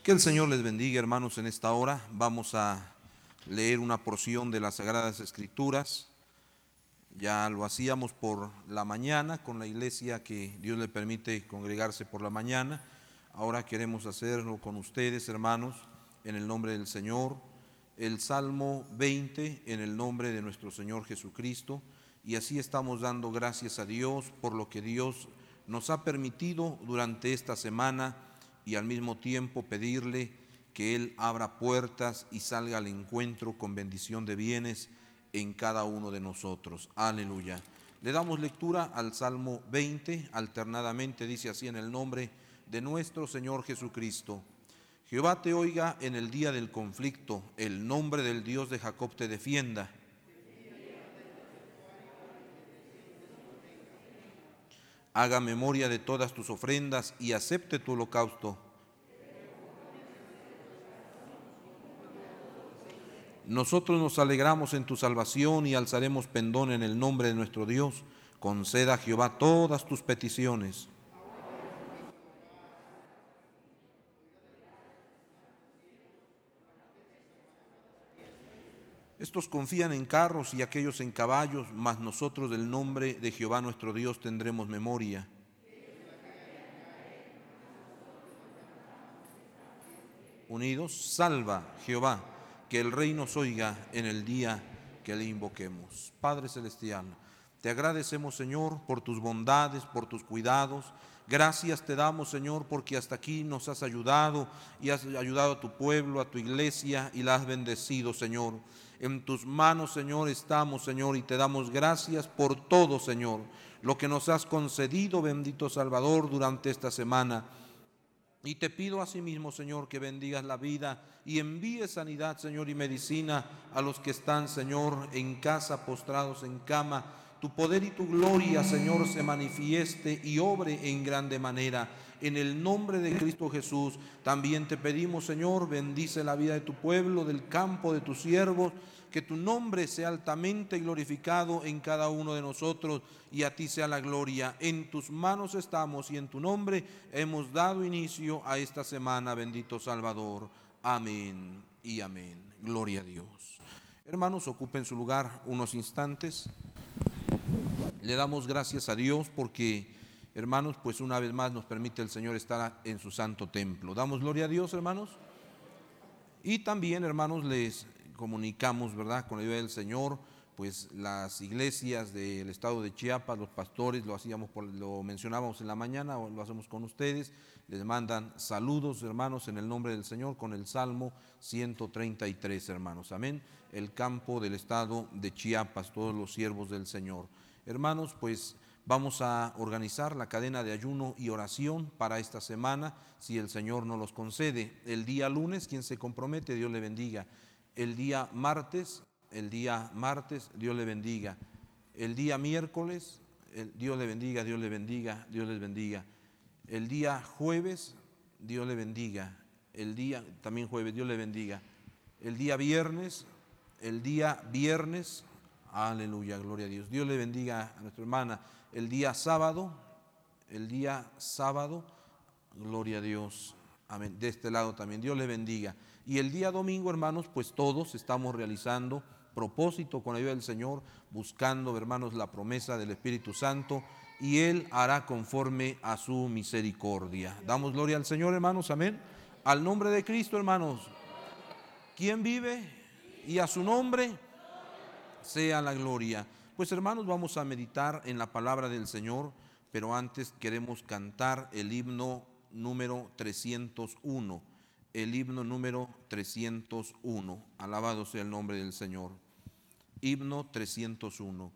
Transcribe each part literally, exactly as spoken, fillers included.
Que el Señor les bendiga, hermanos, en esta hora. Vamos a leer una porción de las Sagradas Escrituras. Ya lo hacíamos por la mañana con la iglesia que Dios le permite congregarse por la mañana. Ahora queremos hacerlo con ustedes, hermanos, en el nombre del Señor. El Salmo veinte, en el nombre de nuestro Señor Jesucristo. Y así estamos dando gracias a Dios por lo que Dios nos ha permitido durante esta semana, y al mismo tiempo pedirle que Él abra puertas y salga al encuentro con bendición de bienes en cada uno de nosotros. Aleluya. Le damos lectura al Salmo veinte, alternadamente dice así: en el nombre de nuestro Señor Jesucristo. Jehová te oiga en el día del conflicto, el nombre del Dios de Jacob te defienda. Haga memoria de todas tus ofrendas y acepte tu holocausto. Nosotros nos alegramos en tu salvación y alzaremos pendón en el nombre de nuestro Dios. Conceda a Jehová todas tus peticiones. Estos confían en carros y aquellos en caballos, mas nosotros del nombre de Jehová nuestro Dios tendremos memoria. Unidos, salva Jehová, que el Rey nos oiga en el día que le invoquemos. Padre Celestial, te agradecemos, Señor, por tus bondades, por tus cuidados. Gracias te damos, Señor, porque hasta aquí nos has ayudado y has ayudado a tu pueblo, a tu iglesia, y la has bendecido, Señor. En tus manos, Señor, estamos, Señor, y te damos gracias por todo, Señor, lo que nos has concedido, bendito Salvador, durante esta semana. Y te pido asimismo, Señor, que bendigas la vida y envíes sanidad, Señor, y medicina a los que están, Señor, en casa, postrados en cama. Tu poder y tu gloria, Señor, se manifieste y obre en grande manera. En el nombre de Cristo Jesús, también te pedimos, Señor, bendice la vida de tu pueblo, del campo, de tus siervos, que tu nombre sea altamente glorificado en cada uno de nosotros, y a ti sea la gloria. En tus manos estamos y en tu nombre hemos dado inicio a esta semana, bendito Salvador. Amén y amén. Gloria a Dios. Hermanos, ocupen su lugar unos instantes. Le damos gracias a Dios porque, hermanos, pues una vez más nos permite el Señor estar en su santo templo. Damos gloria a Dios, hermanos. Y también, hermanos, les comunicamos, ¿verdad?, con la ayuda del Señor, pues las iglesias del estado de Chiapas, los pastores, lo hacíamos, por, lo mencionábamos en la mañana, o lo hacemos con ustedes, les mandan saludos, hermanos, en el nombre del Señor, con el Salmo ciento treinta y tres, hermanos, amén. El campo del estado de Chiapas, todos los siervos del Señor. Hermanos, pues vamos a organizar la cadena de ayuno y oración para esta semana, si el Señor nos los concede. El día lunes, quien se compromete, Dios le bendiga. El día martes, el día martes, Dios le bendiga. El día miércoles, el, Dios le bendiga, Dios le bendiga, Dios les bendiga. El día jueves, Dios le bendiga. El día, también jueves, Dios le bendiga. El día viernes, el día viernes, aleluya, gloria a Dios. Dios le bendiga a nuestra hermana. El día sábado, el día sábado, gloria a Dios. Amén. De este lado también, Dios le bendiga. Y el día domingo, hermanos, pues todos estamos realizando propósito con la ayuda del Señor, buscando, hermanos, la promesa del Espíritu Santo, y Él hará conforme a su misericordia. Damos gloria al Señor, hermanos, amén. Al nombre de Cristo, hermanos. ¿Quién vive? Y a su nombre sea la gloria. Pues, hermanos, vamos a meditar en la palabra del Señor, pero antes queremos cantar el himno número trescientos uno. El himno número trescientos uno. Alabado sea el nombre del Señor. Himno trescientos uno.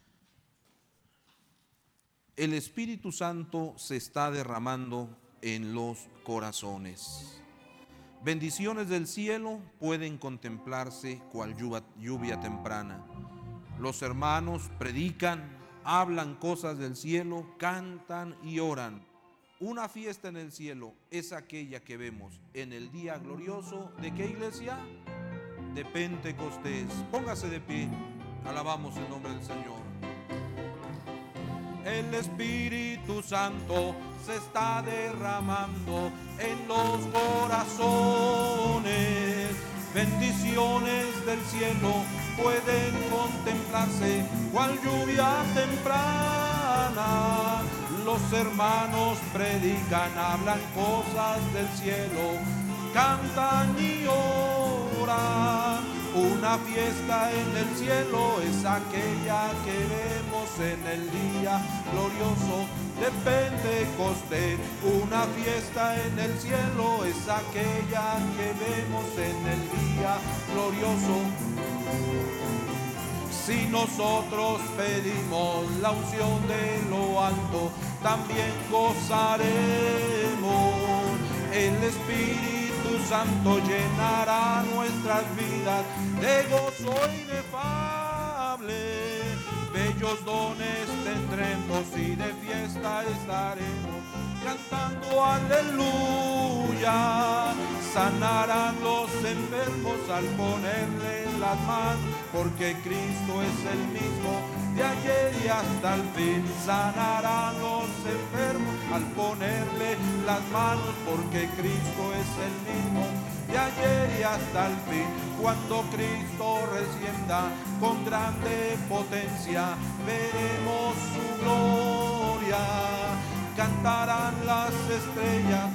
El Espíritu Santo se está derramando en los corazones. Bendiciones del cielo pueden contemplarse cual lluvia, lluvia temprana. Los hermanos predican, hablan cosas del cielo, cantan y oran. Una fiesta en el cielo es aquella que vemos en el día glorioso. ¿De qué iglesia? De Pentecostés. Póngase de pie, alabamos el nombre del Señor. El Espíritu Santo se está derramando en los corazones. corazones. Bendiciones del cielo pueden contemplarse cual lluvia temprana. Los hermanos predican, hablan cosas del cielo, cantan y oran. Una fiesta en el cielo es aquella que vemos en el día glorioso de Pentecostés. Una fiesta en el cielo es aquella que vemos en el día glorioso. Si nosotros pedimos la unción de lo alto, también gozaremos. El Espíritu Santo llenará nuestras vidas de gozo inefable. Bellos dones tendremos y de fiesta estaremos cantando aleluya. Sanarán los enfermos al ponerle las manos, porque Cristo es el mismo de ayer y hasta el fin. Sanarán los enfermos al ponerle las manos, porque Cristo es el mismo de ayer y hasta el fin. Cuando Cristo descienda con grande potencia, veremos su gloria. Cantarán las estrellas,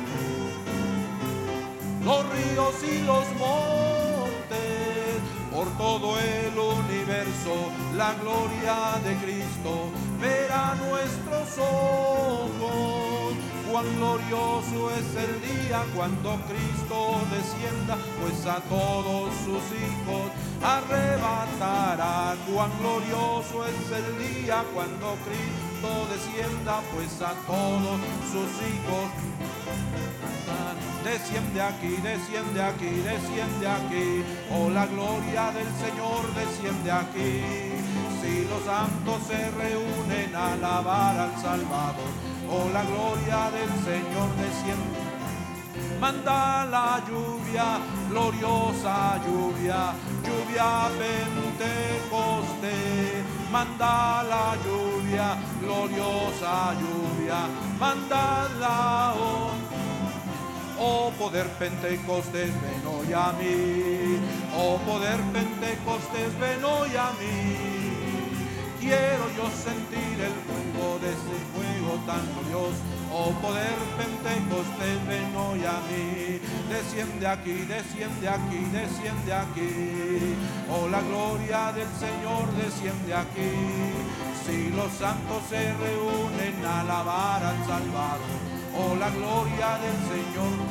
los ríos y los montes, por todo el universo la gloria de Cristo verá nuestros ojos. Cuán glorioso es el día cuando Cristo descienda, pues a todos sus hijos arrebatará. Cuán glorioso es el día cuando Cristo descienda, pues a todos sus hijos. Desciende aquí, desciende aquí, desciende aquí. Oh, la gloria del Señor desciende aquí. Si los santos se reúnen a alabar al Salvador, oh, la gloria del Señor desciende. Manda la lluvia, gloriosa lluvia, lluvia Pentecostés. Manda la lluvia, gloriosa lluvia, mandala oh. Oh poder Pentecostés, ven hoy a mí. Oh poder Pentecostés, ven hoy a mí. Quiero yo sentir el fuego de ese fuego tan glorioso. Oh poder Pentecostés, ven hoy a mí. Desciende aquí, desciende aquí, desciende aquí. Oh la gloria del Señor desciende aquí. Si los santos se reúnen a alabar al Salvador, oh la gloria del Señor.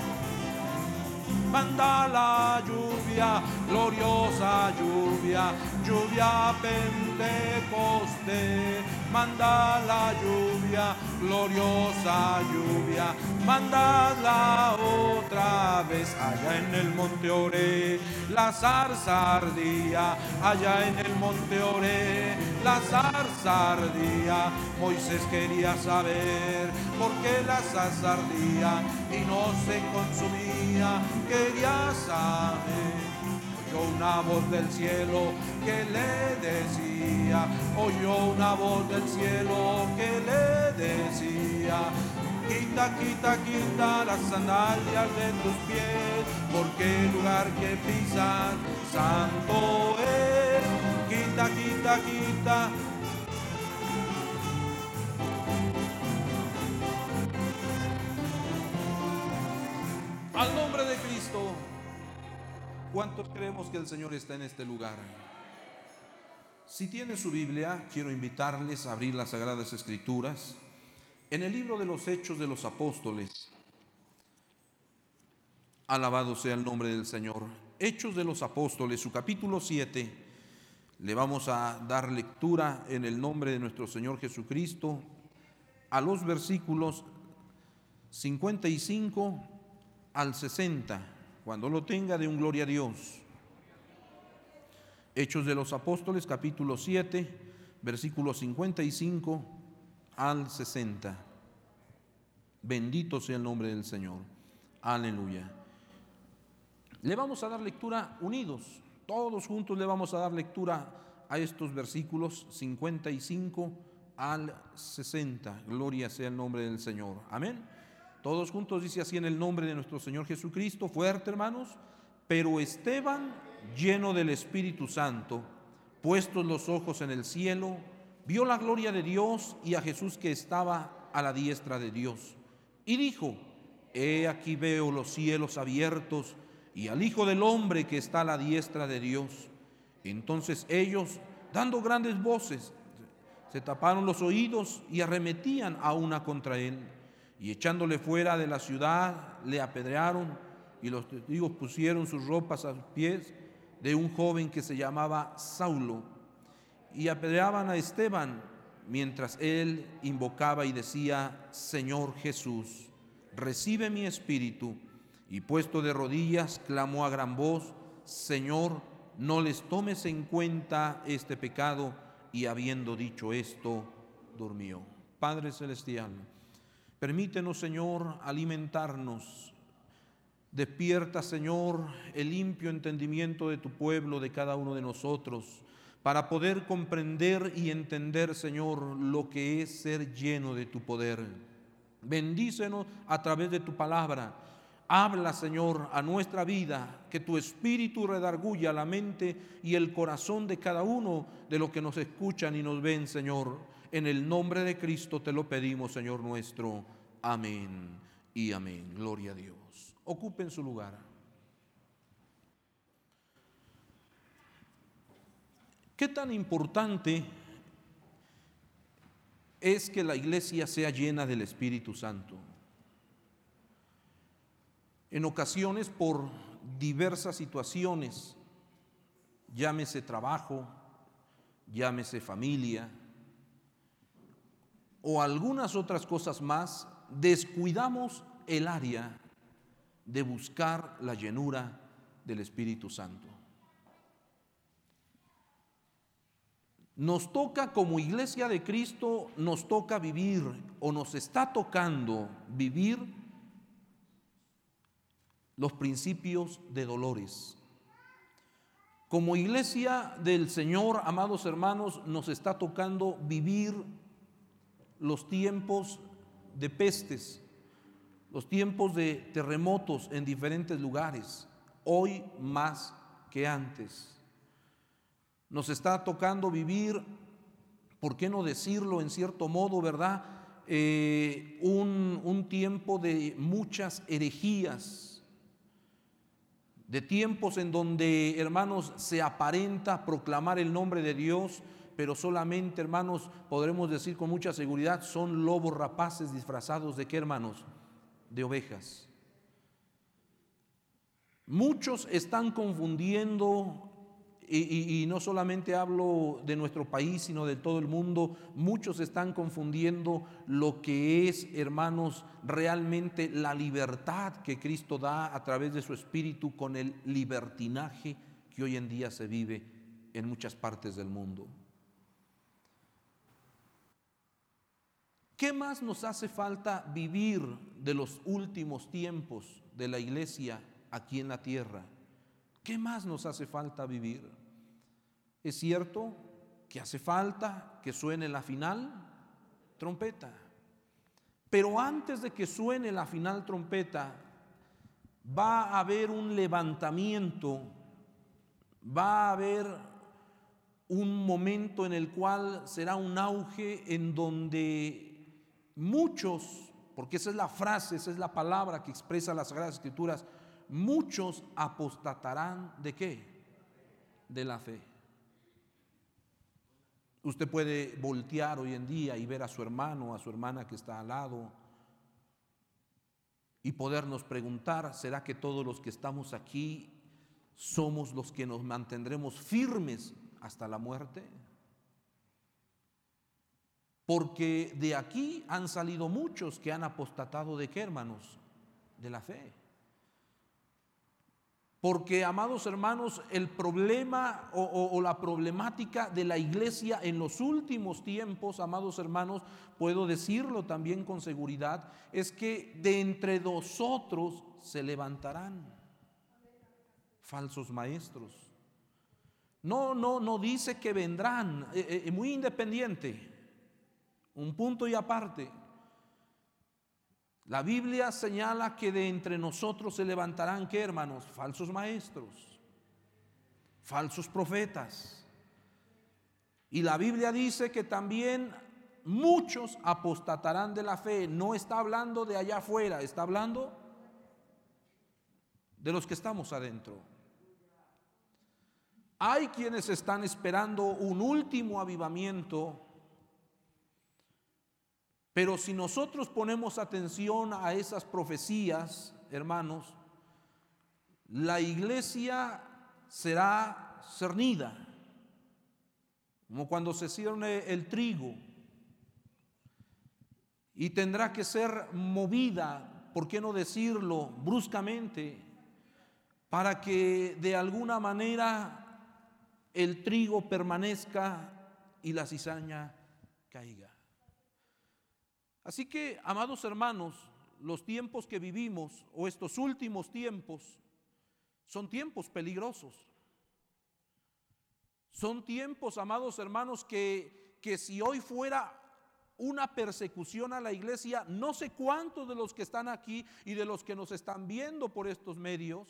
Manda la lluvia, gloriosa lluvia, lluvia Pentecostés. Manda la lluvia, gloriosa lluvia, mandala otra vez. Allá en el monte Oré, la zarza ardía. Allá en el monte Oré, la zarza ardía. Moisés quería saber por qué la zarza ardía y no se consumía. Quería saber. Oyó una voz del cielo que le decía, oyó una voz del cielo que le decía: quita, quita, quita las sandalias de tus pies, porque el lugar que pisas santo es. Quita, quita, quita. Al nombre de Cristo. ¿Cuántos creemos que el Señor está en este lugar? Si tiene su Biblia, quiero invitarles a abrir las Sagradas Escrituras en el libro de los Hechos de los Apóstoles. Alabado sea el nombre del Señor. Hechos de los Apóstoles, su capítulo siete. Le vamos a dar lectura en el nombre de nuestro Señor Jesucristo a los versículos cincuenta y cinco al sesenta. Cuando lo tenga, de un gloria a Dios. Hechos de los Apóstoles, capítulo siete, versículos cincuenta y cinco al sesenta. Bendito sea el nombre del Señor. Aleluya. Le vamos a dar lectura unidos. Todos juntos le vamos a dar lectura a estos versículos cincuenta y cinco al sesenta. Gloria sea el nombre del Señor. Amén. Todos juntos dice así: en el nombre de nuestro Señor Jesucristo. Fuerte, hermanos. Pero Esteban, lleno del Espíritu Santo, puestos los ojos en el cielo, vio la gloria de Dios y a Jesús que estaba a la diestra de Dios. Y dijo: he aquí veo los cielos abiertos y al Hijo del Hombre que está a la diestra de Dios. Entonces ellos, dando grandes voces, se taparon los oídos y arremetían a una contra él. Y echándole fuera de la ciudad, le apedrearon, y los testigos pusieron sus ropas a los pies de un joven que se llamaba Saulo. Y apedreaban a Esteban, mientras él invocaba y decía: Señor Jesús, recibe mi espíritu. Y puesto de rodillas, clamó a gran voz: Señor, no les tomes en cuenta este pecado. Y habiendo dicho esto, durmió. Padre celestial, permítenos, Señor, alimentarnos. Despierta, Señor, el limpio entendimiento de tu pueblo, de cada uno de nosotros, para poder comprender y entender, Señor, lo que es ser lleno de tu poder. Bendícenos a través de tu palabra. Habla, Señor, a nuestra vida, que tu espíritu redarguya la mente y el corazón de cada uno de los que nos escuchan y nos ven, Señor. En el nombre de Cristo te lo pedimos, Señor nuestro. Amén y amén. Gloria a Dios. Ocupen su lugar. ¿Qué tan importante es que la iglesia sea llena del Espíritu Santo? En ocasiones, por diversas situaciones, llámese trabajo, llámese familia o algunas otras cosas más, descuidamos el área de buscar la llenura del Espíritu Santo. Nos toca, como iglesia de Cristo, nos toca vivir, o nos está tocando vivir, los principios de dolores. Como iglesia del Señor, amados hermanos, nos está tocando vivir los tiempos de pestes, los tiempos de terremotos en diferentes lugares, hoy más que antes. Nos está tocando vivir, ¿por qué no decirlo en cierto modo, verdad? Eh, un, un tiempo de muchas herejías, de tiempos en donde, hermanos, se aparenta proclamar el nombre de Dios, pero solamente, hermanos, podremos decir con mucha seguridad, son lobos rapaces disfrazados de ¿qué, hermanos? De ovejas. Muchos están confundiendo, y, y, y no solamente hablo de nuestro país, sino de todo el mundo, muchos están confundiendo lo que es, hermanos, realmente la libertad que Cristo da a través de su Espíritu con el libertinaje que hoy en día se vive en muchas partes del mundo. ¿Qué más nos hace falta vivir de los últimos tiempos de la iglesia aquí en la tierra? ¿Qué más nos hace falta vivir? Es cierto que hace falta que suene la final trompeta, pero antes de que suene la final trompeta, va a haber un levantamiento, va a haber un momento en el cual será un auge en donde muchos, porque esa es la frase, esa es la palabra que expresa las Sagradas Escrituras, muchos apostatarán ¿de qué? De la fe. Usted puede voltear hoy en día y ver a su hermano, a su hermana que está al lado y podernos preguntar, ¿será que todos los que estamos aquí somos los que nos mantendremos firmes hasta la muerte? Porque de aquí han salido muchos que han apostatado ¿de qué, hermanos? De la fe. Porque, amados hermanos, el problema o, o, o la problemática de la iglesia en los últimos tiempos, amados hermanos, puedo decirlo también con seguridad, es que de entre nosotros se levantarán falsos maestros. No, no, no dice que vendrán, eh, eh, muy independiente, un punto y aparte. La Biblia señala que de entre nosotros se levantarán, ¿qué, hermanos? Falsos maestros, falsos profetas. Y la Biblia dice que también muchos apostatarán de la fe. No está hablando de allá afuera, está hablando de los que estamos adentro. Hay quienes están esperando un último avivamiento, pero si nosotros ponemos atención a esas profecías, hermanos, la iglesia será cernida, como cuando se cierne el trigo, y tendrá que ser movida, ¿por qué no decirlo bruscamente?, para que de alguna manera el trigo permanezca y la cizaña caiga. Así que, amados hermanos, los tiempos que vivimos, o estos últimos tiempos, son tiempos peligrosos. Son tiempos, amados hermanos, que, que si hoy fuera una persecución a la iglesia, no sé cuántos de los que están aquí y de los que nos están viendo por estos medios,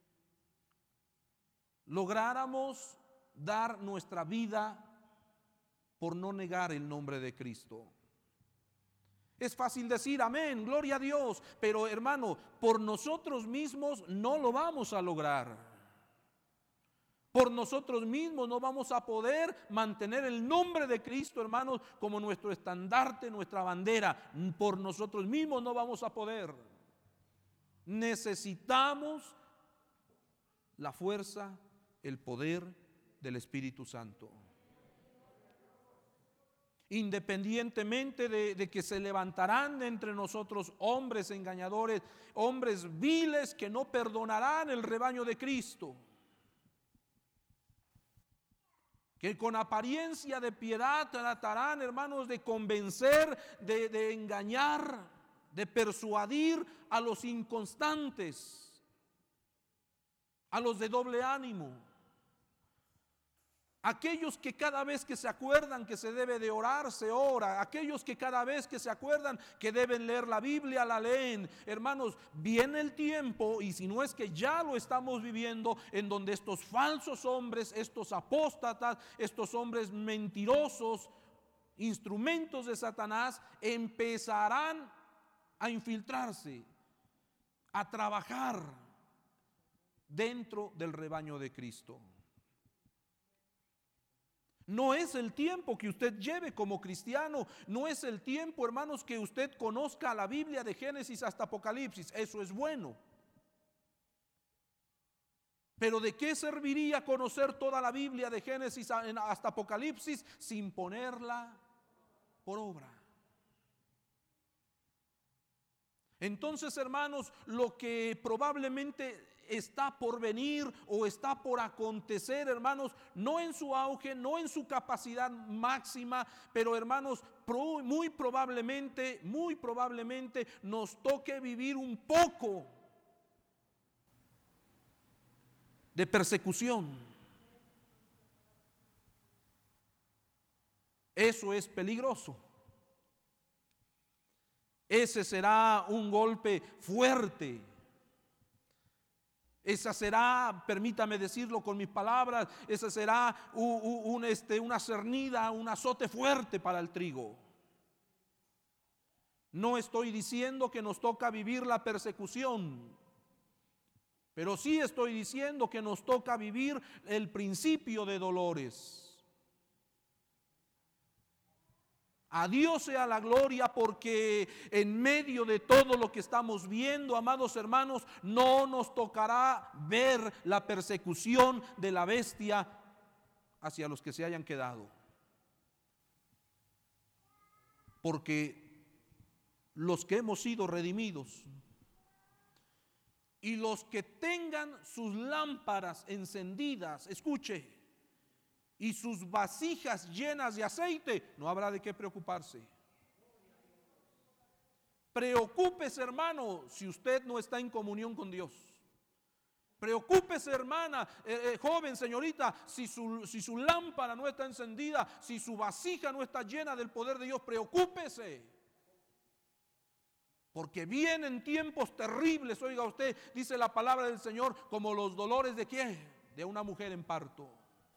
lográramos dar nuestra vida por no negar el nombre de Cristo. Es fácil decir amén, gloria a Dios, pero hermano, por nosotros mismos no lo vamos a lograr. Por nosotros mismos no vamos a poder mantener el nombre de Cristo, hermanos, como nuestro estandarte, nuestra bandera. Por nosotros mismos no vamos a poder. Necesitamos la fuerza, el poder del Espíritu Santo. Independientemente de, de que se levantarán de entre nosotros hombres engañadores, hombres viles que no perdonarán el rebaño de Cristo, que con apariencia de piedad tratarán, hermanos, de convencer, de, de engañar, de persuadir a los inconstantes, a los de doble ánimo, aquellos que cada vez que se acuerdan que se debe de orar, se ora. Aquellos que cada vez que se acuerdan que deben leer la Biblia, la leen. Hermanos, viene el tiempo, y si no es que ya lo estamos viviendo, en donde estos falsos hombres, estos apóstatas, estos hombres mentirosos, instrumentos de Satanás, empezarán a infiltrarse, a trabajar dentro del rebaño de Cristo. No es el tiempo que usted lleve como cristiano, no es el tiempo, hermanos, que usted conozca la Biblia de Génesis hasta Apocalipsis. Eso es bueno. Pero ¿de qué serviría conocer toda la Biblia de Génesis hasta Apocalipsis sin ponerla por obra? Entonces, hermanos, lo que probablemente está por venir o está por acontecer, hermanos, no en su auge, no en su capacidad máxima, pero hermanos, muy probablemente, muy probablemente nos toque vivir un poco de persecución. Eso es peligroso. Ese será un golpe fuerte. Esa será, permítame decirlo con mis palabras, esa será un, un, este, una cernida, un azote fuerte para el trigo. No estoy diciendo que nos toca vivir la persecución, pero sí estoy diciendo que nos toca vivir el principio de dolores. A Dios sea la gloria, porque en medio de todo lo que estamos viendo, amados hermanos, no nos tocará ver la persecución de la bestia hacia los que se hayan quedado. Porque los que hemos sido redimidos y los que tengan sus lámparas encendidas, escuche, y sus vasijas llenas de aceite, no habrá de qué preocuparse. Preocúpese, hermano, si usted no está en comunión con Dios. Preocúpese, hermana, eh, eh, joven, señorita, si su, si su lámpara no está encendida, si su vasija no está llena del poder de Dios, preocúpese. Porque vienen tiempos terribles, oiga usted, dice la palabra del Señor, como los dolores de ¿qué? De una mujer en parto.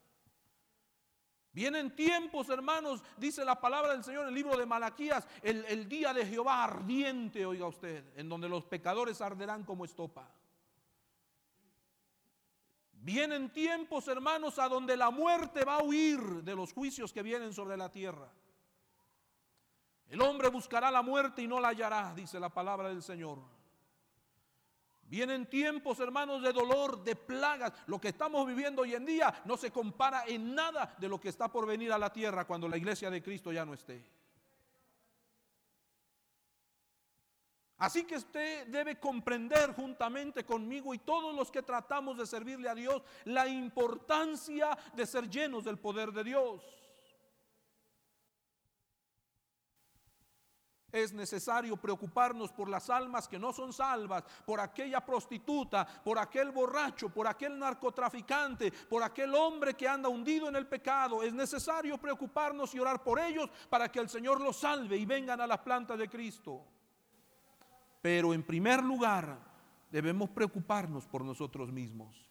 Vienen tiempos, hermanos, dice la palabra del Señor en el libro de Malaquías, el, el día de Jehová ardiente, oiga usted, en donde los pecadores arderán como estopa. Vienen tiempos, hermanos, a donde la muerte va a huir de los juicios que vienen sobre la tierra. El hombre buscará la muerte y no la hallará, dice la palabra del Señor. Vienen tiempos, hermanos, de dolor, de plagas. Lo que estamos viviendo hoy en día no se compara en nada de lo que está por venir a la tierra cuando la iglesia de Cristo ya no esté. Así que usted debe comprender juntamente conmigo y todos los que tratamos de servirle a Dios la importancia de ser llenos del poder de Dios. Es necesario preocuparnos por las almas que no son salvas, por aquella prostituta, por aquel borracho, por aquel narcotraficante, por aquel hombre que anda hundido en el pecado. Es necesario preocuparnos y orar por ellos para que el Señor los salve y vengan a las plantas de Cristo. Pero en primer lugar, debemos preocuparnos por nosotros mismos.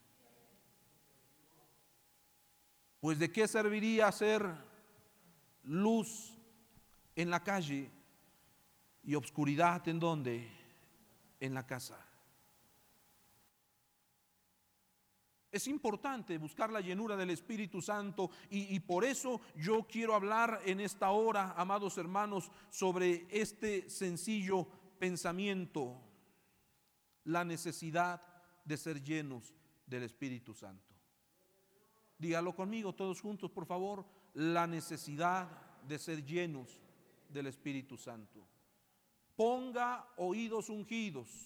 Pues ¿de qué serviría ser luz en la calle y obscuridad en dónde? En la casa. Es importante buscar la llenura del Espíritu Santo y, y por eso yo quiero hablar en esta hora, amados hermanos, sobre este sencillo pensamiento: la necesidad de ser llenos del Espíritu Santo. Dígalo conmigo todos juntos, por favor: la necesidad de ser llenos del Espíritu Santo. Ponga oídos ungidos.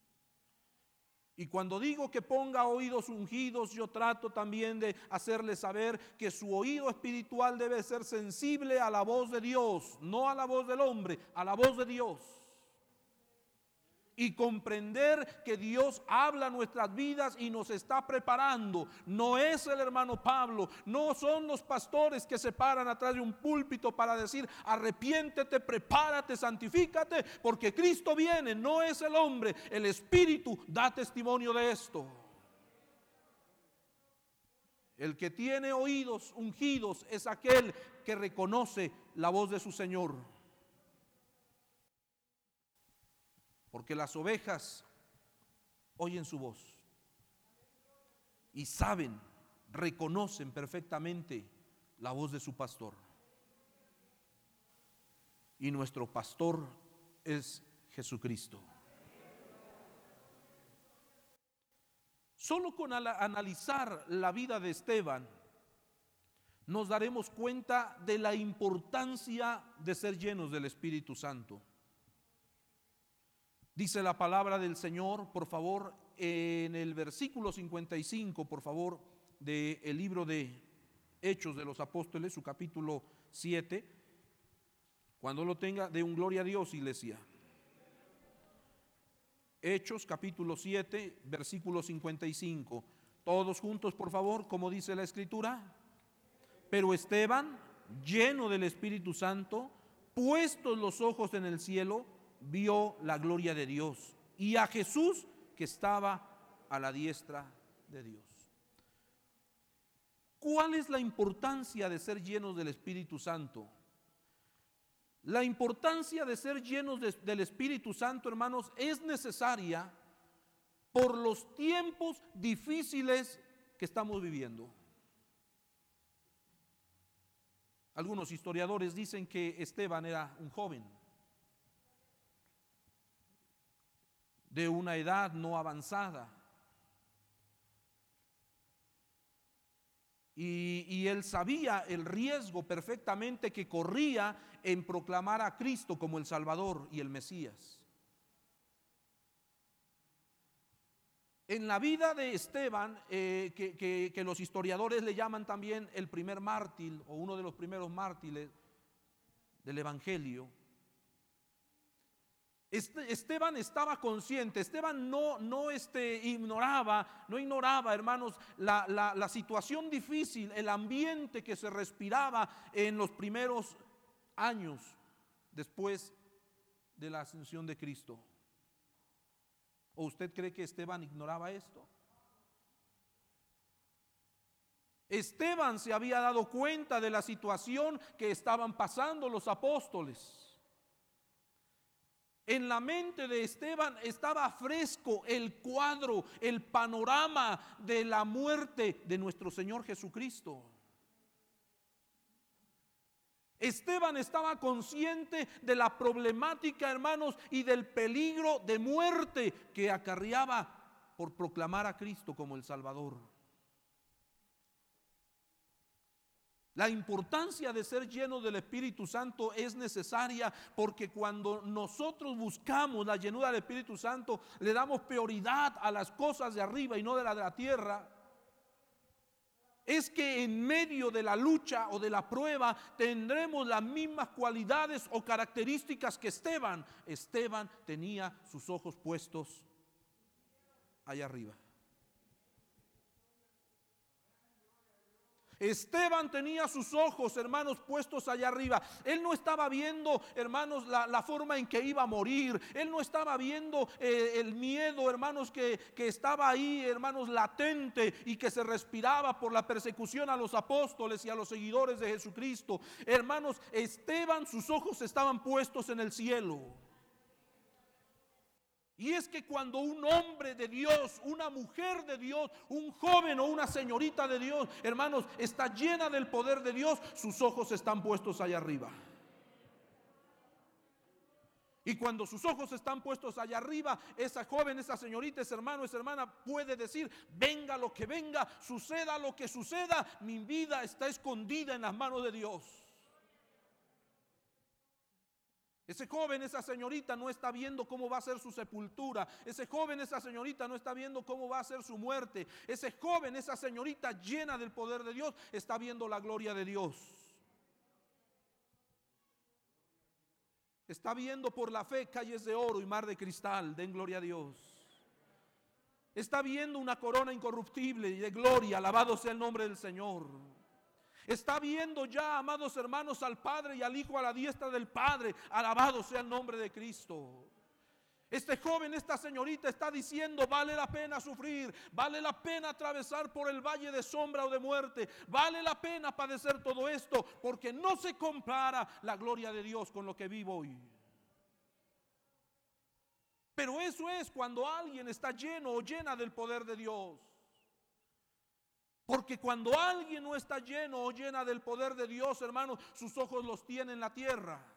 Y cuando digo que ponga oídos ungidos, yo trato también de hacerle saber que su oído espiritual debe ser sensible a la voz de Dios, no a la voz del hombre, a la voz de Dios. Y comprender que Dios habla nuestras vidas y nos está preparando. No es el hermano Pablo, no son los pastores que se paran atrás de un púlpito para decir: arrepiéntete, prepárate, santifícate, porque Cristo viene. No es el hombre, el Espíritu da testimonio de esto. El que tiene oídos ungidos es aquel que reconoce la voz de su Señor. Porque las ovejas oyen su voz y saben, reconocen perfectamente la voz de su pastor. Y nuestro pastor es Jesucristo. Solo con analizar la vida de Esteban nos daremos cuenta de la importancia de ser llenos del Espíritu Santo. Dice la palabra del Señor, por favor, en el versículo cincuenta y cinco, por favor, del libro de Hechos de los Apóstoles, su capítulo siete. Cuando lo tenga, de un gloria a Dios, iglesia. Hechos, capítulo siete, versículo cincuenta y cinco. Todos juntos, por favor, como dice la Escritura. Pero Esteban, lleno del Espíritu Santo, puestos los ojos en el cielo, vio la gloria de Dios y a Jesús que estaba a la diestra de Dios. ¿Cuál es la importancia de ser llenos del Espíritu Santo? La importancia de ser llenos de, del Espíritu Santo, hermanos, es necesaria por los tiempos difíciles que estamos viviendo. Algunos historiadores dicen que Esteban era un joven de una edad no avanzada. Y, y él sabía el riesgo perfectamente que corría en proclamar a Cristo como el Salvador y el Mesías. En la vida de Esteban, eh, que, que, que los historiadores le llaman también el primer mártir o uno de los primeros mártires del Evangelio, Esteban estaba consciente, Esteban no, no este, ignoraba, no ignoraba, hermanos, la, la, la situación difícil, el ambiente que se respiraba en los primeros años después de la ascensión de Cristo. ¿O usted cree que Esteban ignoraba esto? Esteban se había dado cuenta de la situación que estaban pasando los apóstoles. En la mente de Esteban estaba fresco el cuadro, el panorama de la muerte de nuestro Señor Jesucristo. Esteban estaba consciente de la problemática, hermanos, y del peligro de muerte que acarreaba por proclamar a Cristo como el Salvador. La importancia de ser lleno del Espíritu Santo es necesaria, porque cuando nosotros buscamos la llenura del Espíritu Santo, le damos prioridad a las cosas de arriba y no de la de la tierra. Es que en medio de la lucha o de la prueba tendremos las mismas cualidades o características que Esteban. Esteban tenía sus ojos puestos allá arriba. Esteban tenía sus ojos, hermanos, puestos allá arriba. Él no estaba viendo, hermanos, la, la forma en que iba a morir. Él no estaba viendo eh, el miedo, hermanos, que, que estaba ahí, hermanos, latente y que se respiraba por la persecución a los apóstoles y a los seguidores de Jesucristo. Hermanos, Esteban, sus ojos estaban puestos en el cielo. Y es que cuando un hombre de Dios, una mujer de Dios, un joven o una señorita de Dios, hermanos, está llena del poder de Dios, sus ojos están puestos allá arriba. Y cuando sus ojos están puestos allá arriba, esa joven, esa señorita, ese hermano, esa hermana puede decir: venga lo que venga, suceda lo que suceda, mi vida está escondida en las manos de Dios. Ese joven, esa señorita no está viendo cómo va a ser su sepultura. Ese joven, esa señorita no está viendo cómo va a ser su muerte. Ese joven, esa señorita llena del poder de Dios, está viendo la gloria de Dios. Está viendo por la fe calles de oro y mar de cristal. Den gloria a Dios. Está viendo una corona incorruptible y de gloria. Alabado sea el nombre del Señor. Está viendo ya, amados hermanos, al Padre y al Hijo a la diestra del Padre. Alabado sea el nombre de Cristo. Este joven, esta señorita está diciendo: vale la pena sufrir, vale la pena atravesar por el valle de sombra o de muerte, vale la pena padecer todo esto, porque no se compara la gloria de Dios con lo que vivo hoy. Pero eso es cuando alguien está lleno o llena del poder de Dios. Porque cuando alguien no está lleno o llena del poder de Dios, hermanos, sus ojos los tiene en la tierra.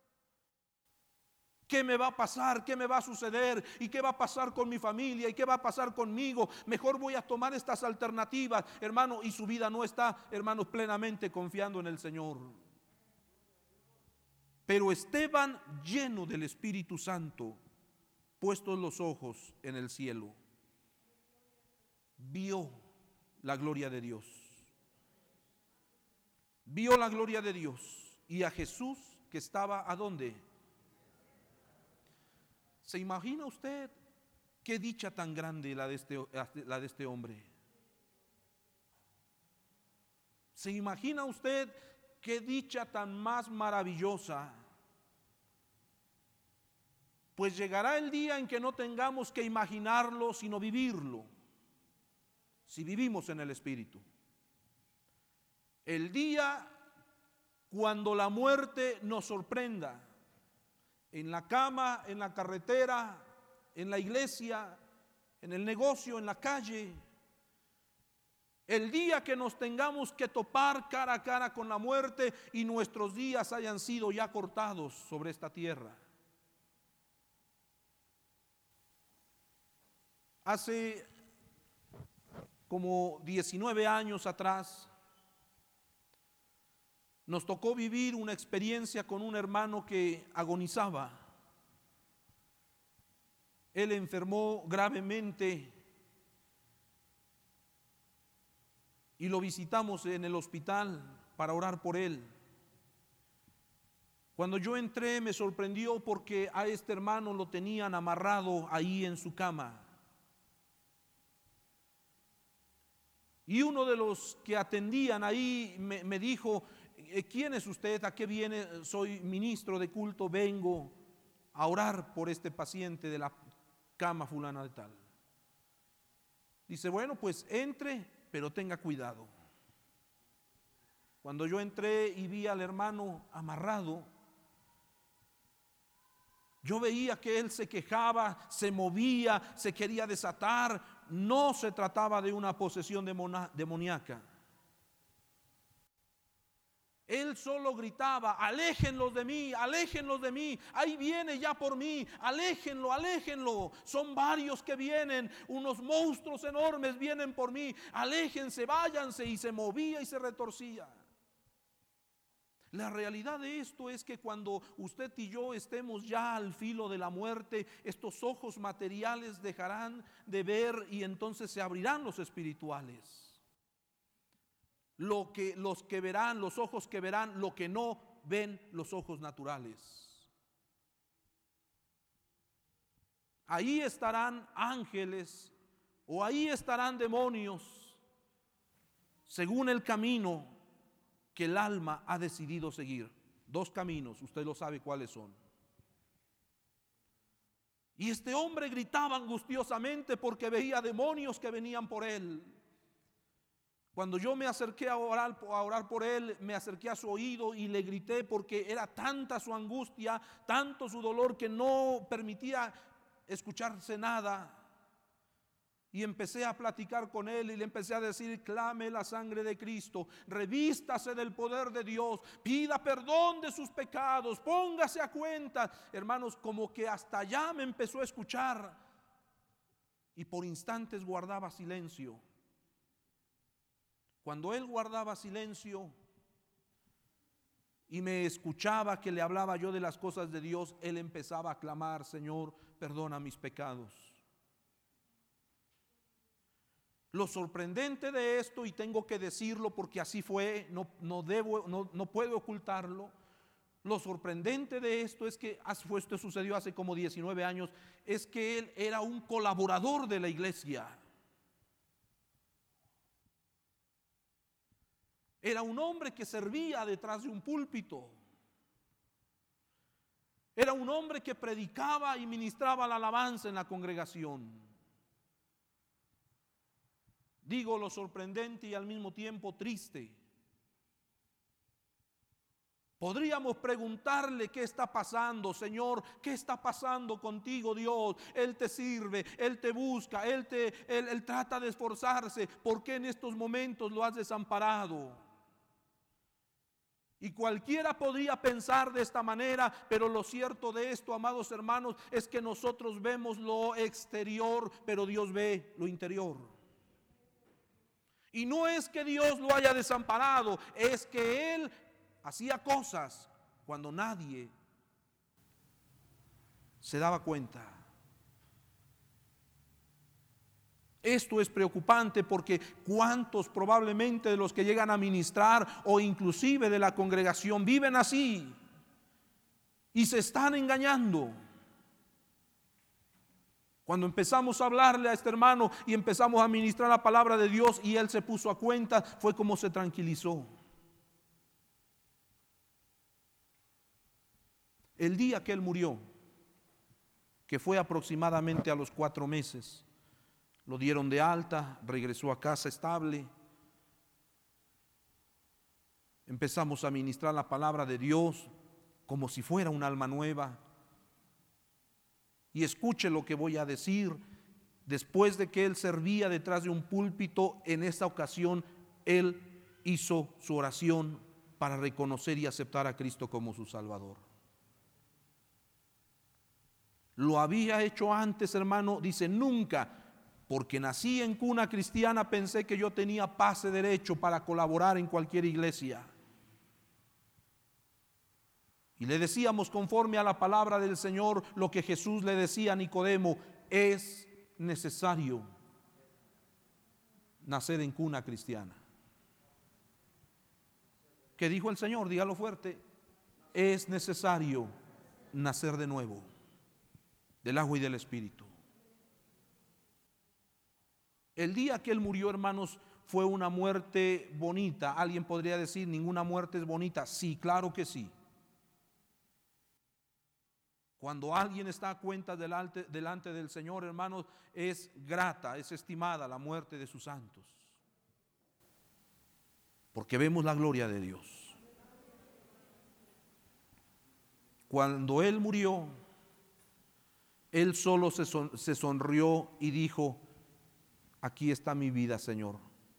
¿Qué me va a pasar? ¿Qué me va a suceder? ¿Y qué va a pasar con mi familia? ¿Y qué va a pasar conmigo? Mejor voy a tomar estas alternativas, hermano, y su vida no está, hermanos, plenamente confiando en el Señor. Pero Esteban, lleno del Espíritu Santo, puestos los ojos en el cielo, vio la gloria de Dios. Vio la gloria de Dios y a Jesús que estaba ¿a dónde? ¿Se imagina usted qué dicha tan grande la de este, la de este hombre? ¿Se imagina usted qué dicha tan más maravillosa? Pues llegará el día en que no tengamos que imaginarlo, sino vivirlo. Si vivimos en el Espíritu. El día cuando la muerte nos sorprenda, en la cama, en la carretera, en la iglesia, en el negocio, en la calle. El día que nos tengamos que topar cara a cara con la muerte y nuestros días hayan sido ya cortados sobre esta tierra. Hace como diecinueve años atrás, nos tocó vivir una experiencia con un hermano que agonizaba. Él enfermó gravemente y lo visitamos en el hospital para orar por él. Cuando yo entré me sorprendió porque a este hermano lo tenían amarrado ahí en su cama. Y uno de los que atendían ahí me, me dijo: ¿quién es usted? ¿A qué viene? Soy ministro de culto, vengo. a orar por este paciente de la cama fulana de tal. Dice, bueno, pues entre, pero tenga cuidado. Cuando yo entré y vi al hermano amarrado, yo veía que él se quejaba, se movía, se quería desatar. No se trataba de una posesión demoníaca. Él solo gritaba, aléjenlos de mí, aléjenlos de mí, ahí viene ya por mí, aléjenlo, aléjenlo. Son varios que vienen, unos monstruos enormes vienen por mí, aléjense, váyanse. Y se movía y se retorcía. La realidad de esto es que cuando usted y yo estemos ya al filo de la muerte, estos ojos materiales dejarán de ver y entonces se abrirán los espirituales. Lo que, los que verán, los ojos que verán, lo que no ven los ojos naturales. Ahí estarán ángeles o ahí estarán demonios, según el camino que el alma ha decidido seguir. Dos caminos, usted lo sabe cuáles son. Y este hombre gritaba angustiosamente porque veía demonios que venían por él. Cuando yo me acerqué a orar, a orar por él, me acerqué a su oído y le grité porque era tanta su angustia, tanto su dolor que no permitía escucharse nada. Y empecé a platicar con él y le empecé a decir, clame la sangre de Cristo, revístase del poder de Dios, pida perdón de sus pecados, póngase a cuenta. Hermanos, como que hasta allá me empezó a escuchar y por instantes guardaba silencio. Cuando él guardaba silencio y me escuchaba que le hablaba yo de las cosas de Dios, él empezaba a clamar, Señor, perdona mis pecados. Lo sorprendente de esto, y tengo que decirlo porque así fue, no, no, debo, no, no puedo ocultarlo. Lo sorprendente de esto es que esto sucedió hace como diecinueve años, es que él era un colaborador de la iglesia. Era un hombre que servía detrás de un púlpito. Era un hombre que predicaba y ministraba la alabanza en la congregación. Digo lo sorprendente y al mismo tiempo triste. Podríamos preguntarle qué está pasando, Señor, qué está pasando contigo, Dios. Él te sirve, Él te busca, Él, te, él, él trata de esforzarse. ¿Por qué en estos momentos lo has desamparado? Y cualquiera podría pensar de esta manera, pero lo cierto de esto, amados hermanos, es que nosotros vemos lo exterior, pero Dios ve lo interior. Y no es que Dios lo haya desamparado, es que Él hacía cosas cuando nadie se daba cuenta. Esto es preocupante porque cuántos probablemente de los que llegan a ministrar o inclusive de la congregación viven así y se están engañando. Cuando empezamos a hablarle a este hermano y empezamos a ministrar la palabra de Dios y él se puso a cuenta, fue como se tranquilizó. El día que él murió, que fue aproximadamente a los cuatro meses, lo dieron de alta, regresó a casa estable. Empezamos a ministrar la palabra de Dios como si fuera un alma nueva. Y escuche lo que voy a decir. Después de que él servía detrás de un púlpito, en esta ocasión él hizo su oración para reconocer y aceptar a Cristo como su Salvador. Lo había hecho antes, hermano, dice nunca, porque nací en cuna cristiana, pensé que yo tenía pase derecho para colaborar en cualquier iglesia. Y le decíamos conforme a la palabra del Señor lo que Jesús le decía a Nicodemo: es necesario nacer en cuna cristiana. ¿Qué dijo el Señor? Dígalo fuerte. Es necesario nacer de nuevo, del agua y del Espíritu. El día que él murió, hermanos, fue una muerte bonita. Alguien podría decir, ninguna muerte es bonita. Sí, claro que sí. Cuando alguien está a cuenta delante, delante del Señor, hermanos, es grata, es estimada la muerte de sus santos. Porque vemos la gloria de Dios. Cuando Él murió, Él solo se, son, se sonrió y dijo: aquí está mi vida, Señor.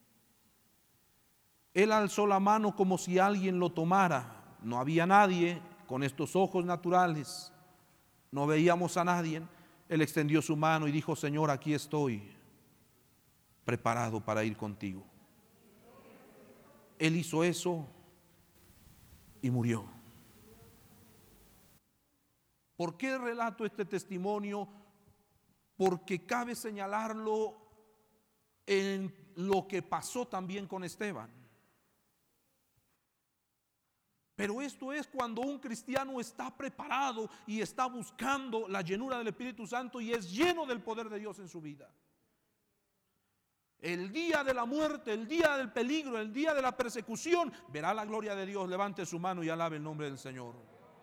Él alzó la mano como si alguien lo tomara. No había nadie con estos ojos naturales. No veíamos a nadie. Él extendió su mano y dijo: Señor, aquí estoy, preparado para ir contigo. Él hizo eso y murió. ¿Por qué relato este testimonio? Porque cabe señalarlo en lo que pasó también con Esteban. Pero esto es cuando un cristiano está preparado y está buscando la llenura del Espíritu Santo y es lleno del poder de Dios en su vida. El día de la muerte, el día del peligro, el día de la persecución, verá la gloria de Dios. Levante su mano y alabe el nombre del Señor.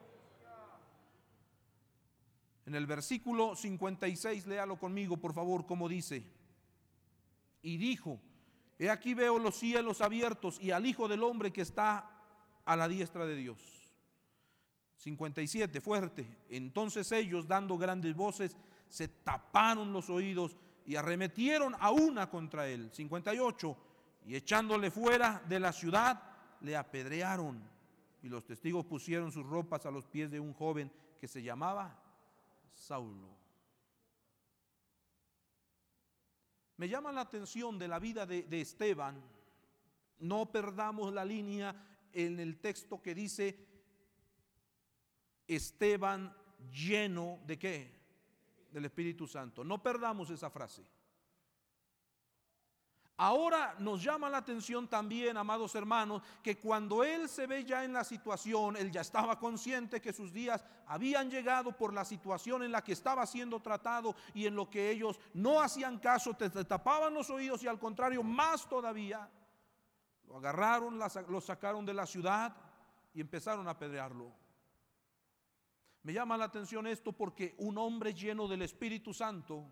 En el versículo cincuenta y seis, léalo conmigo, por favor, como dice: y dijo: he aquí veo los cielos abiertos y al Hijo del Hombre que está a la diestra de Dios. cincuenta y siete, fuerte. Entonces ellos, dando grandes voces, se taparon los oídos y arremetieron a una contra él. cincuenta y ocho, y echándole fuera de la ciudad, le apedrearon. Y los testigos pusieron sus ropas a los pies de un joven que se llamaba Saulo. Me llama la atención de la vida de, de Esteban. No perdamos la línea en el texto que dice: Esteban lleno de ¿qué? Del Espíritu Santo. No perdamos esa frase. Ahora nos llama la atención también, amados hermanos, que cuando él se ve ya en la situación, él ya estaba consciente que sus días habían llegado por la situación en la que estaba siendo tratado y en lo que ellos no hacían caso, te tapaban los oídos y al contrario, más todavía, lo agarraron, lo sacaron de la ciudad y empezaron a apedrearlo. Me llama la atención esto porque un hombre lleno del Espíritu Santo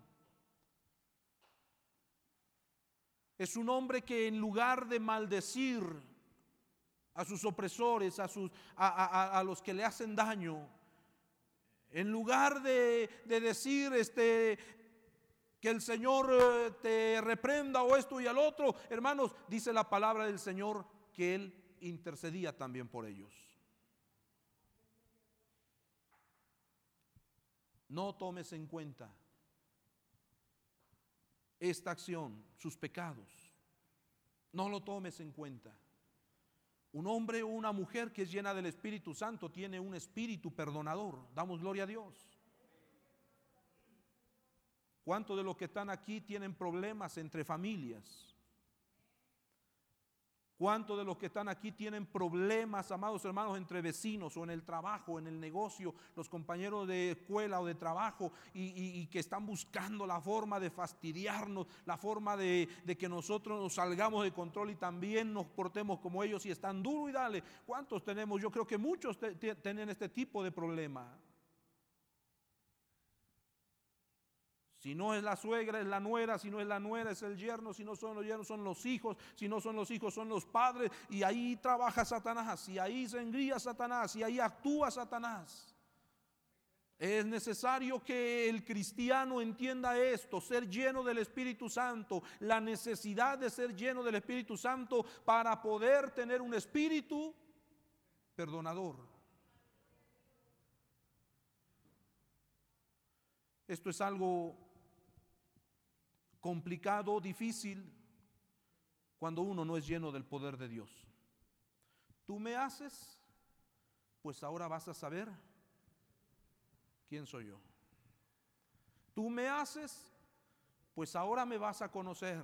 es un hombre que en lugar de maldecir a sus opresores, a, sus, a, a, a los que le hacen daño, en lugar de, de decir este, que el Señor te reprenda o esto y al otro, hermanos, dice la palabra del Señor que Él intercedía también por ellos. No tomes en cuenta esta acción, sus pecados. No lo tomes en cuenta. Un hombre o una mujer que es llena del Espíritu Santo tiene un espíritu perdonador. Damos gloria a Dios. ¿Cuántos de los que están aquí tienen problemas entre familias? ¿Cuántos de los que están aquí tienen problemas, amados hermanos, entre vecinos o en el trabajo, en el negocio, los compañeros de escuela o de trabajo y, y, y que están buscando la forma de fastidiarnos, la forma de, de que nosotros nos salgamos de control y también nos portemos como ellos y están duro y dale? ¿Cuántos tenemos? Yo creo que muchos te, te, tienen este tipo de problema. Si no es la suegra, es la nuera. Si no es la nuera, es el yerno. Si no son los yernos, son los hijos. Si no son los hijos, son los padres. Y ahí trabaja Satanás. Y ahí se engría Satanás. Y ahí actúa Satanás. Es necesario que el cristiano entienda esto, ser lleno del Espíritu Santo, la necesidad de ser lleno del Espíritu Santo para poder tener un espíritu perdonador. Esto es algo complicado, difícil, cuando uno no es lleno del poder de Dios. Tú me haces, pues ahora vas a saber quién soy yo. Tú me haces, pues ahora me vas a conocer.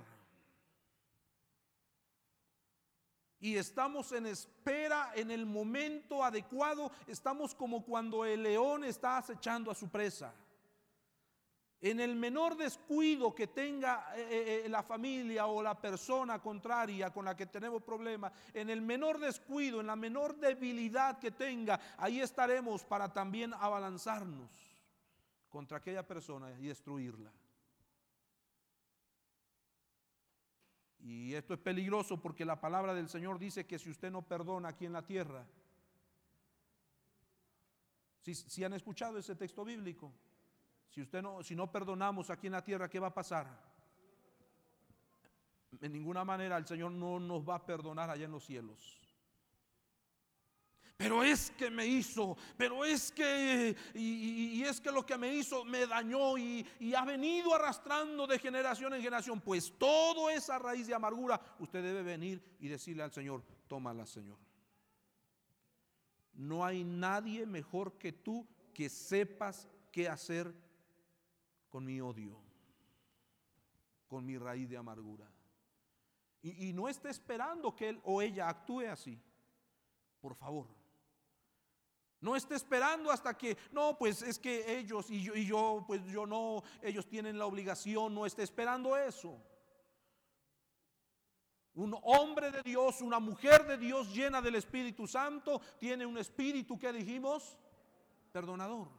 Y estamos en espera en el momento adecuado. Estamos como cuando el león está acechando a su presa. En el menor descuido que tenga eh, eh, la familia o la persona contraria con la que tenemos problemas, en el menor descuido, en la menor debilidad que tenga, ahí estaremos para también abalanzarnos. contra aquella persona y destruirla. Y esto es peligroso porque la palabra del Señor dice que si usted no perdona aquí en la tierra, si, si han escuchado ese texto bíblico, si usted no, si no perdonamos aquí en la tierra, ¿qué va a pasar? En ninguna manera el Señor no nos va a perdonar allá en los cielos. Pero es que me hizo, pero es que, y, y, y es que lo que me hizo me dañó y, y ha venido arrastrando de generación en generación. Pues toda esa raíz de amargura usted debe venir y decirle al Señor: tómala, Señor. No hay nadie mejor que tú que sepas qué hacer con mi odio, con mi raíz de amargura. Y, y no esté esperando que él o ella actúe así. Por favor, no esté esperando hasta que, no, pues es que ellos y yo, y yo, pues yo no, ellos tienen la obligación. No esté esperando eso. Un hombre de Dios, una mujer de Dios llena del Espíritu Santo, tiene un espíritu, que dijimos, perdonador.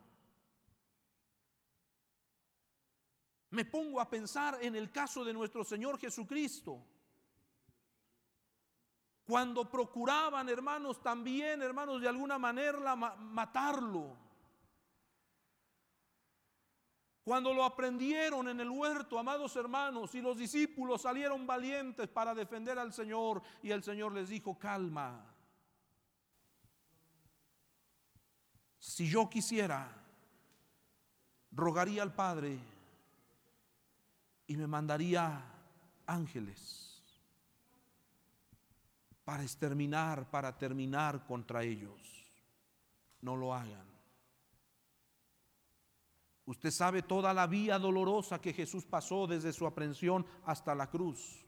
Me pongo a pensar en el caso de nuestro Señor Jesucristo. Cuando procuraban, hermanos, también, hermanos, de alguna manera matarlo. Cuando lo aprendieron en el huerto, amados hermanos, y los discípulos salieron valientes para defender al Señor, y el Señor les dijo: calma. Si yo quisiera, rogaría al Padre y me mandaría ángeles para exterminar, para terminar contra ellos. No lo hagan. Usted sabe toda la vía dolorosa que Jesús pasó desde su aprehensión hasta la cruz.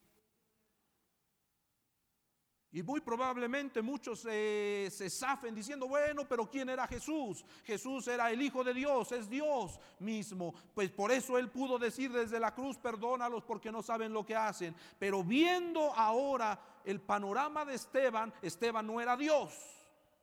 Y muy probablemente muchos eh, se zafen diciendo: bueno, pero ¿quién era Jesús? Jesús era el Hijo de Dios, es Dios mismo. Pues por eso Él pudo decir desde la cruz: perdónalos porque no saben lo que hacen. Pero viendo ahora el panorama de Esteban, Esteban no era Dios.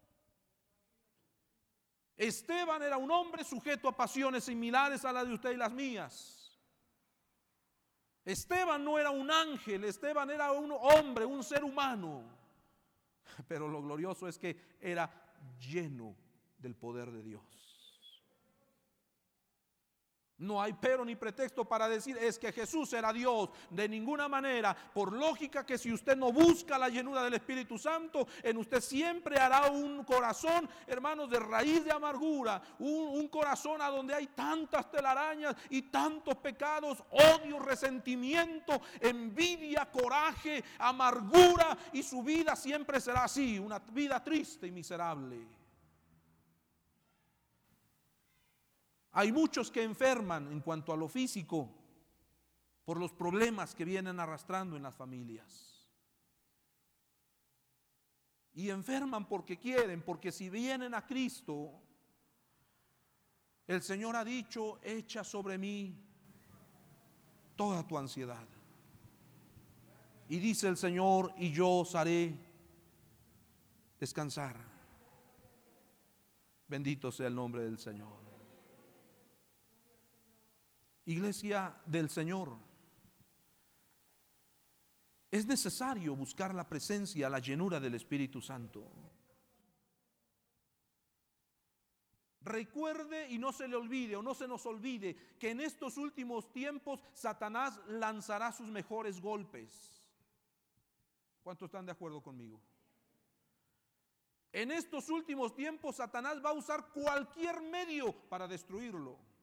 Esteban era un hombre sujeto a pasiones similares a las de usted y las mías. Esteban no era un ángel, Esteban era un hombre, un ser humano. Pero lo glorioso es que era lleno del poder de Dios. No hay pero ni pretexto para decir es que Jesús era Dios. De ninguna manera. Por lógica que si usted no busca la llenura del Espíritu Santo, en usted siempre hará un corazón, hermanos, de raíz de amargura. Un, un corazón a donde hay tantas telarañas y tantos pecados, odio, resentimiento, envidia, coraje, amargura. Y su vida siempre será así, una vida triste y miserable. Hay muchos que enferman en cuanto a lo físico por los problemas que vienen arrastrando en las familias. Y enferman porque quieren, porque si vienen a Cristo, el Señor ha dicho: echa sobre mí toda tu ansiedad. Y dice el Señor: y yo os haré descansar. Bendito sea el nombre del Señor. Iglesia del Señor, es necesario buscar la presencia, la llenura del Espíritu Santo. Recuerde y no se le olvide o no se nos olvide que en estos últimos tiempos Satanás lanzará sus mejores golpes. ¿Cuántos están de acuerdo conmigo? En estos últimos tiempos Satanás va a usar cualquier medio para destruirlo.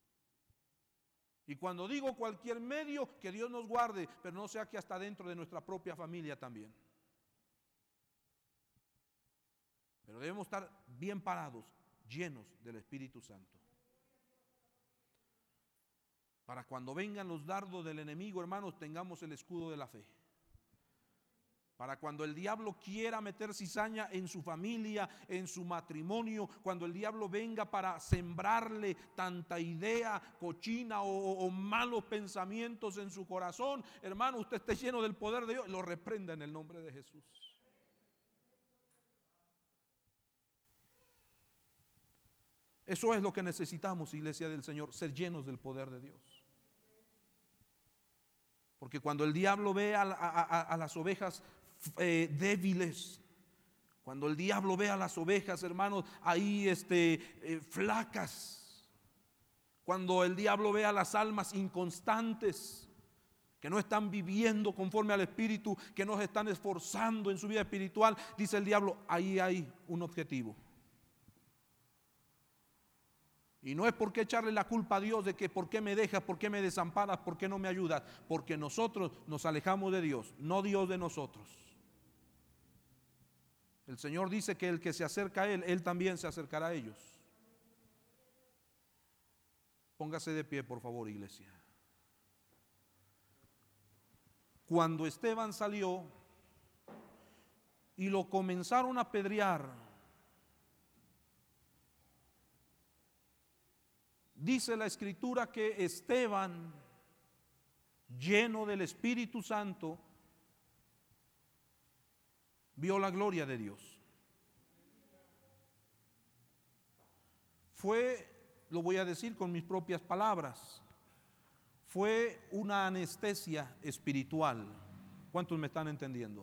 Y cuando digo cualquier medio, que Dios nos guarde, pero no sea que hasta dentro de nuestra propia familia también. Pero debemos estar bien parados, llenos del Espíritu Santo. Para cuando vengan los dardos del enemigo, hermanos, tengamos el escudo de la fe. Para cuando el diablo quiera meter cizaña en su familia, en su matrimonio, cuando el diablo venga para sembrarle tanta idea cochina o, o malos pensamientos en su corazón, hermano, usted esté lleno del poder de Dios, lo reprenda en el nombre de Jesús. Eso es lo que necesitamos, iglesia del Señor, ser llenos del poder de Dios. Porque cuando el diablo ve a, a, a, a las ovejas eh, débiles, cuando el diablo ve a las ovejas, hermanos, ahí este, eh, flacas, cuando el diablo ve a las almas inconstantes, que no están viviendo conforme al Espíritu, que no se están esforzando en su vida espiritual, dice el diablo, ahí hay un objetivo. Y no es por qué echarle la culpa a Dios de que por qué me dejas, por qué me desamparas, por qué no me ayudas, porque nosotros nos alejamos de Dios, no Dios de nosotros. El Señor dice que el que se acerca a Él, Él también se acercará a ellos. Póngase de pie, por favor, iglesia. Cuando Esteban salió y lo comenzaron a apedrear, dice la Escritura que Esteban, lleno del Espíritu Santo, vio la gloria de Dios. Fue, lo voy a decir con mis propias palabras, fue una anestesia espiritual. ¿Cuántos me están entendiendo?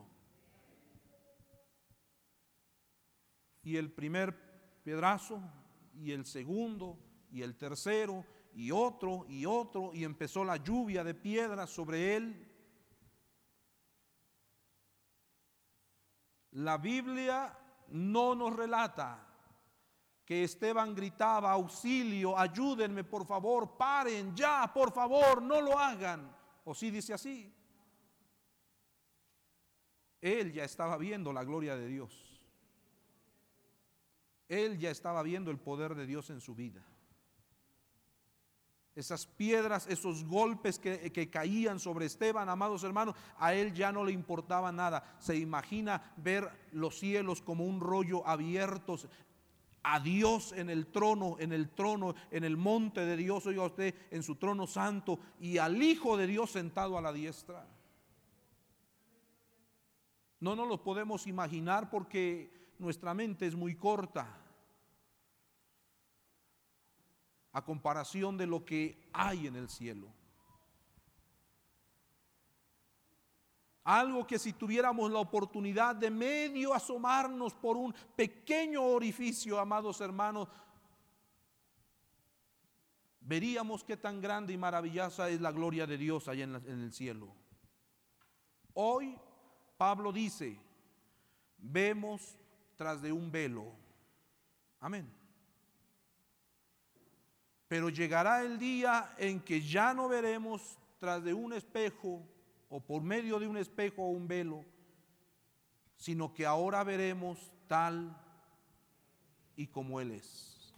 Y el primer piedrazo, y el segundo, y el tercero, y otro, y otro, y empezó la lluvia de piedras sobre él. La Biblia no nos relata que Esteban gritaba, auxilio, ayúdenme por favor, paren ya, por favor, no lo hagan. ¿O sí dice así? Él ya estaba viendo la gloria de Dios. Él ya estaba viendo el poder de Dios en su vida. Esas piedras, esos golpes que, que caían sobre Esteban, amados hermanos, a él ya no le importaba nada. Se imagina ver los cielos como un rollo abiertos, a Dios en el trono, en el trono, en el monte de Dios, oiga usted, en su trono santo, y al Hijo de Dios sentado a la diestra. No nos lo podemos imaginar porque nuestra mente es muy corta a comparación de lo que hay en el cielo. Algo que si tuviéramos la oportunidad de medio asomarnos por un pequeño orificio, amados hermanos, veríamos qué tan grande y maravillosa es la gloria de Dios allá en, la, en el cielo. Hoy Pablo dice, vemos tras de un velo. Amén. Pero llegará el día en que ya no veremos tras de un espejo o por medio de un espejo o un velo, sino que ahora veremos tal y como Él es.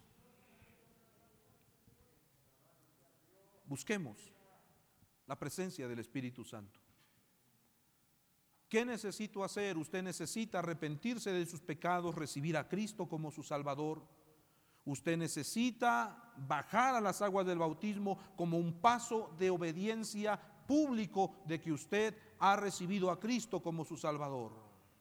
Busquemos la presencia del Espíritu Santo. ¿Qué necesito hacer? Usted necesita arrepentirse de sus pecados, recibir a Cristo como su Salvador. Usted necesita bajar a las aguas del bautismo como un paso de obediencia público de que usted ha recibido a Cristo como su Salvador.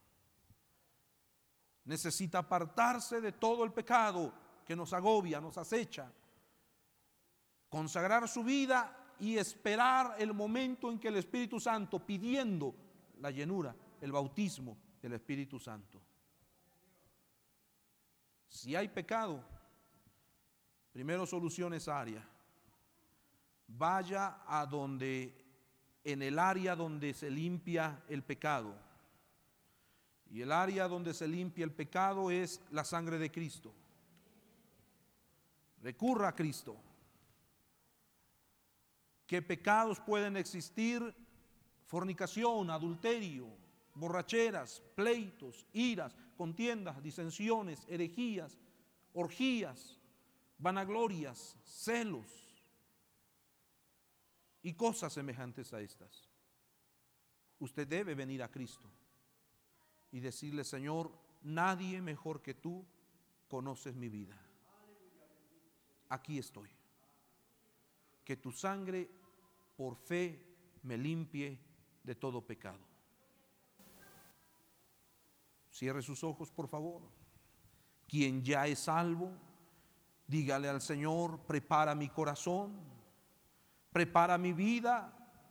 Necesita apartarse de todo el pecado que nos agobia, nos acecha, consagrar su vida y esperar el momento en que el Espíritu Santo, pidiendo la llenura, el bautismo del Espíritu Santo. Si hay pecado, primero solucione esa área. Vaya a donde, en el área donde se limpia el pecado. Y el área donde se limpia el pecado es la sangre de Cristo. Recurra a Cristo. ¿Qué pecados pueden existir? Fornicación, adulterio, borracheras, pleitos, iras, contiendas, disensiones, herejías, orgías, vanaglorias, celos y cosas semejantes a estas. Usted debe venir a Cristo y decirle, Señor, nadie mejor que tú conoces mi vida. Aquí estoy. Que tu sangre por fe me limpie de todo pecado. Cierre sus ojos, por favor. Quien ya es salvo, Dígale al Señor: prepara mi corazón, prepara mi vida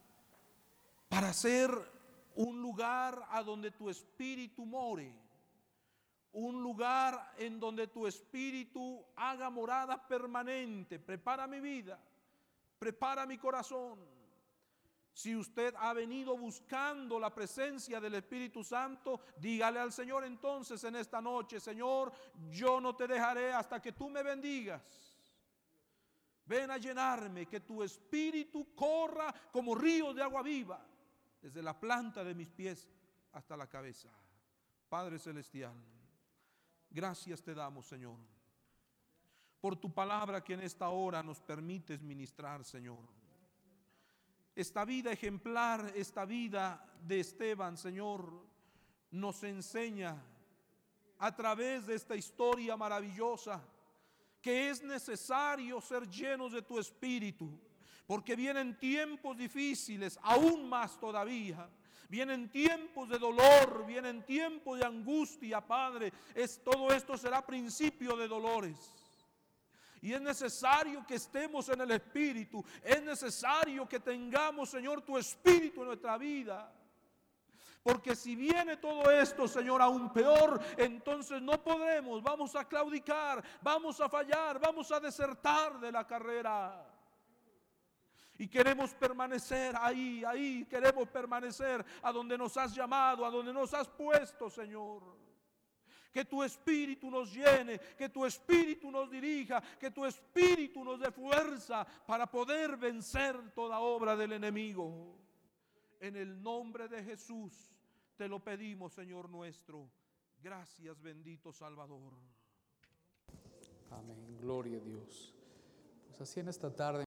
para ser un lugar a donde tu espíritu more, un lugar en donde tu espíritu haga morada permanente. Prepara mi vida, prepara mi corazón. Si usted ha venido buscando la presencia del Espíritu Santo, dígale al Señor entonces en esta noche: Señor, yo no te dejaré hasta que tú me bendigas. Ven a llenarme, que tu espíritu corra como ríos de agua viva, desde la planta de mis pies hasta la cabeza. Padre celestial, gracias te damos, Señor, por tu palabra que en esta hora nos permites ministrar, Señor. Esta vida ejemplar, esta vida de Esteban, Señor, nos enseña a través de esta historia maravillosa que es necesario ser llenos de tu espíritu, porque vienen tiempos difíciles, aún más todavía. Vienen tiempos de dolor, vienen tiempos de angustia, Padre. Es, todo esto será principio de dolores. Y es necesario que estemos en el Espíritu. Es necesario que tengamos, Señor, tu Espíritu en nuestra vida. Porque si viene todo esto, Señor, aún peor, entonces no podremos, vamos a claudicar, vamos a fallar, vamos a desertar de la carrera. Y queremos permanecer ahí, ahí, queremos permanecer a donde nos has llamado, a donde nos has puesto, Señor. Que tu Espíritu nos llene, que tu Espíritu nos dirija, que tu Espíritu nos dé fuerza para poder vencer toda obra del enemigo. En el nombre de Jesús te lo pedimos, Señor nuestro. Gracias, bendito Salvador. Amén, gloria a Dios. Pues así en esta tarde